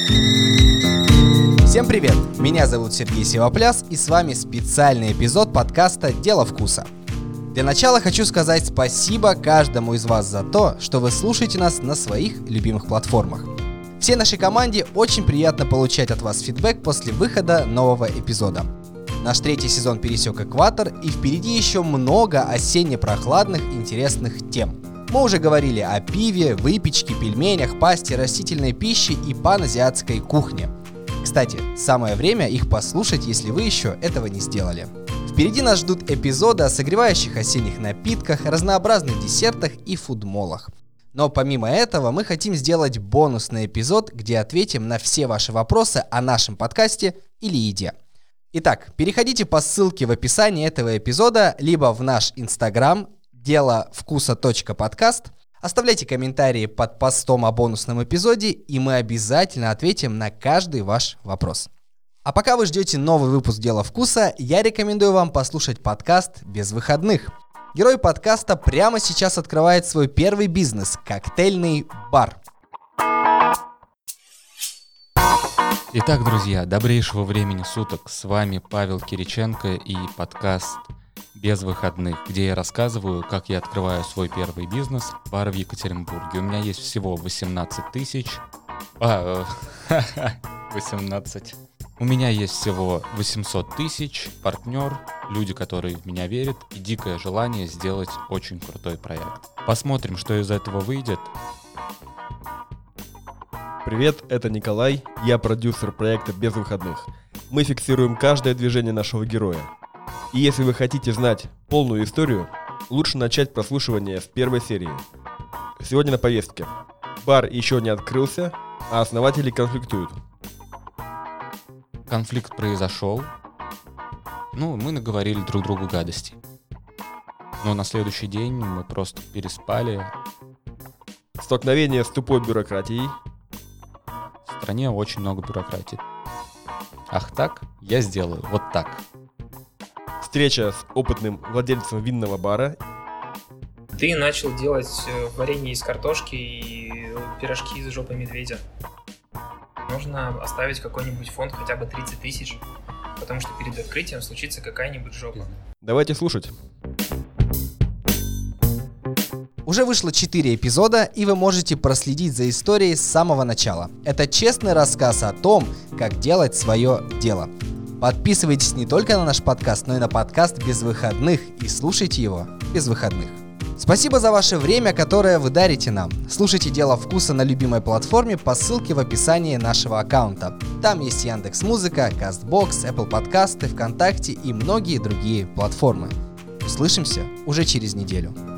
Всем привет! Меня зовут Сергей Сивопляс, и с вами специальный эпизод подкаста «Дело вкуса». Для начала хочу сказать спасибо каждому из вас за то, что вы слушаете нас на своих любимых платформах. Всей нашей команде очень приятно получать от вас фидбэк после выхода нового эпизода. Наш третий сезон пересек экватор, и впереди еще много осенне-прохладных интересных тем. Мы уже говорили о пиве, выпечке, пельменях, пасте, растительной пище и паназиатской кухне. Кстати, самое время их послушать, если вы еще этого не сделали. Впереди нас ждут эпизоды о согревающих осенних напитках, разнообразных десертах и фудмолах. Но помимо этого мы хотим сделать бонусный эпизод, где ответим на все ваши вопросы о нашем подкасте или еде. Итак, переходите по ссылке в описании этого эпизода, либо в наш инстаграм деловкуса.подкаст. Оставляйте комментарии под постом о бонусном эпизоде, и мы обязательно ответим на каждый ваш вопрос. А пока вы ждете новый выпуск «Дела вкуса», я рекомендую вам послушать подкаст «Без выходных». Герой подкаста прямо сейчас открывает свой первый бизнес – коктейльный бар. Итак, друзья, добрейшего времени суток. С вами Павел Кириченко и подкаст «Без выходных», где я рассказываю, как я открываю свой первый бизнес – бар в Екатеринбурге. У меня есть всего 18 тысяч... 18. У меня есть всего 800 тысяч, партнер, люди, которые в меня верят, и дикое желание сделать очень крутой проект. Посмотрим, что из этого выйдет. Привет, это Николай, я продюсер проекта «Без выходных». Мы фиксируем каждое движение нашего героя. И если вы хотите знать полную историю, лучше начать прослушивание с первой серии. Сегодня на повестке. Бар еще не открылся, а основатели конфликтуют. Конфликт произошел. Мы наговорили друг другу гадостей. Но на следующий день мы просто переспали. Столкновение с тупой бюрократией. В стране очень много бюрократии. Ах так? Я сделаю вот так. Встреча с опытным владельцем винного бара. Ты начал делать варенье из картошки и пирожки из жопы медведя. Нужно оставить какой-нибудь фонд хотя бы 30 тысяч, потому что перед открытием случится какая-нибудь жопа. Давайте слушать. Уже вышло 4 эпизода, и вы можете проследить за историей с самого начала. Это честный рассказ о том, как делать свое дело. Подписывайтесь не только на наш подкаст, но и на подкаст «Без выходных» и слушайте его без выходных. Спасибо за ваше время, которое вы дарите нам. Слушайте «Дело вкуса» на любимой платформе по ссылке в описании нашего аккаунта. Там есть Яндекс.Музыка, Кастбокс, Apple Подкасты, ВКонтакте и многие другие платформы. Услышимся уже через неделю.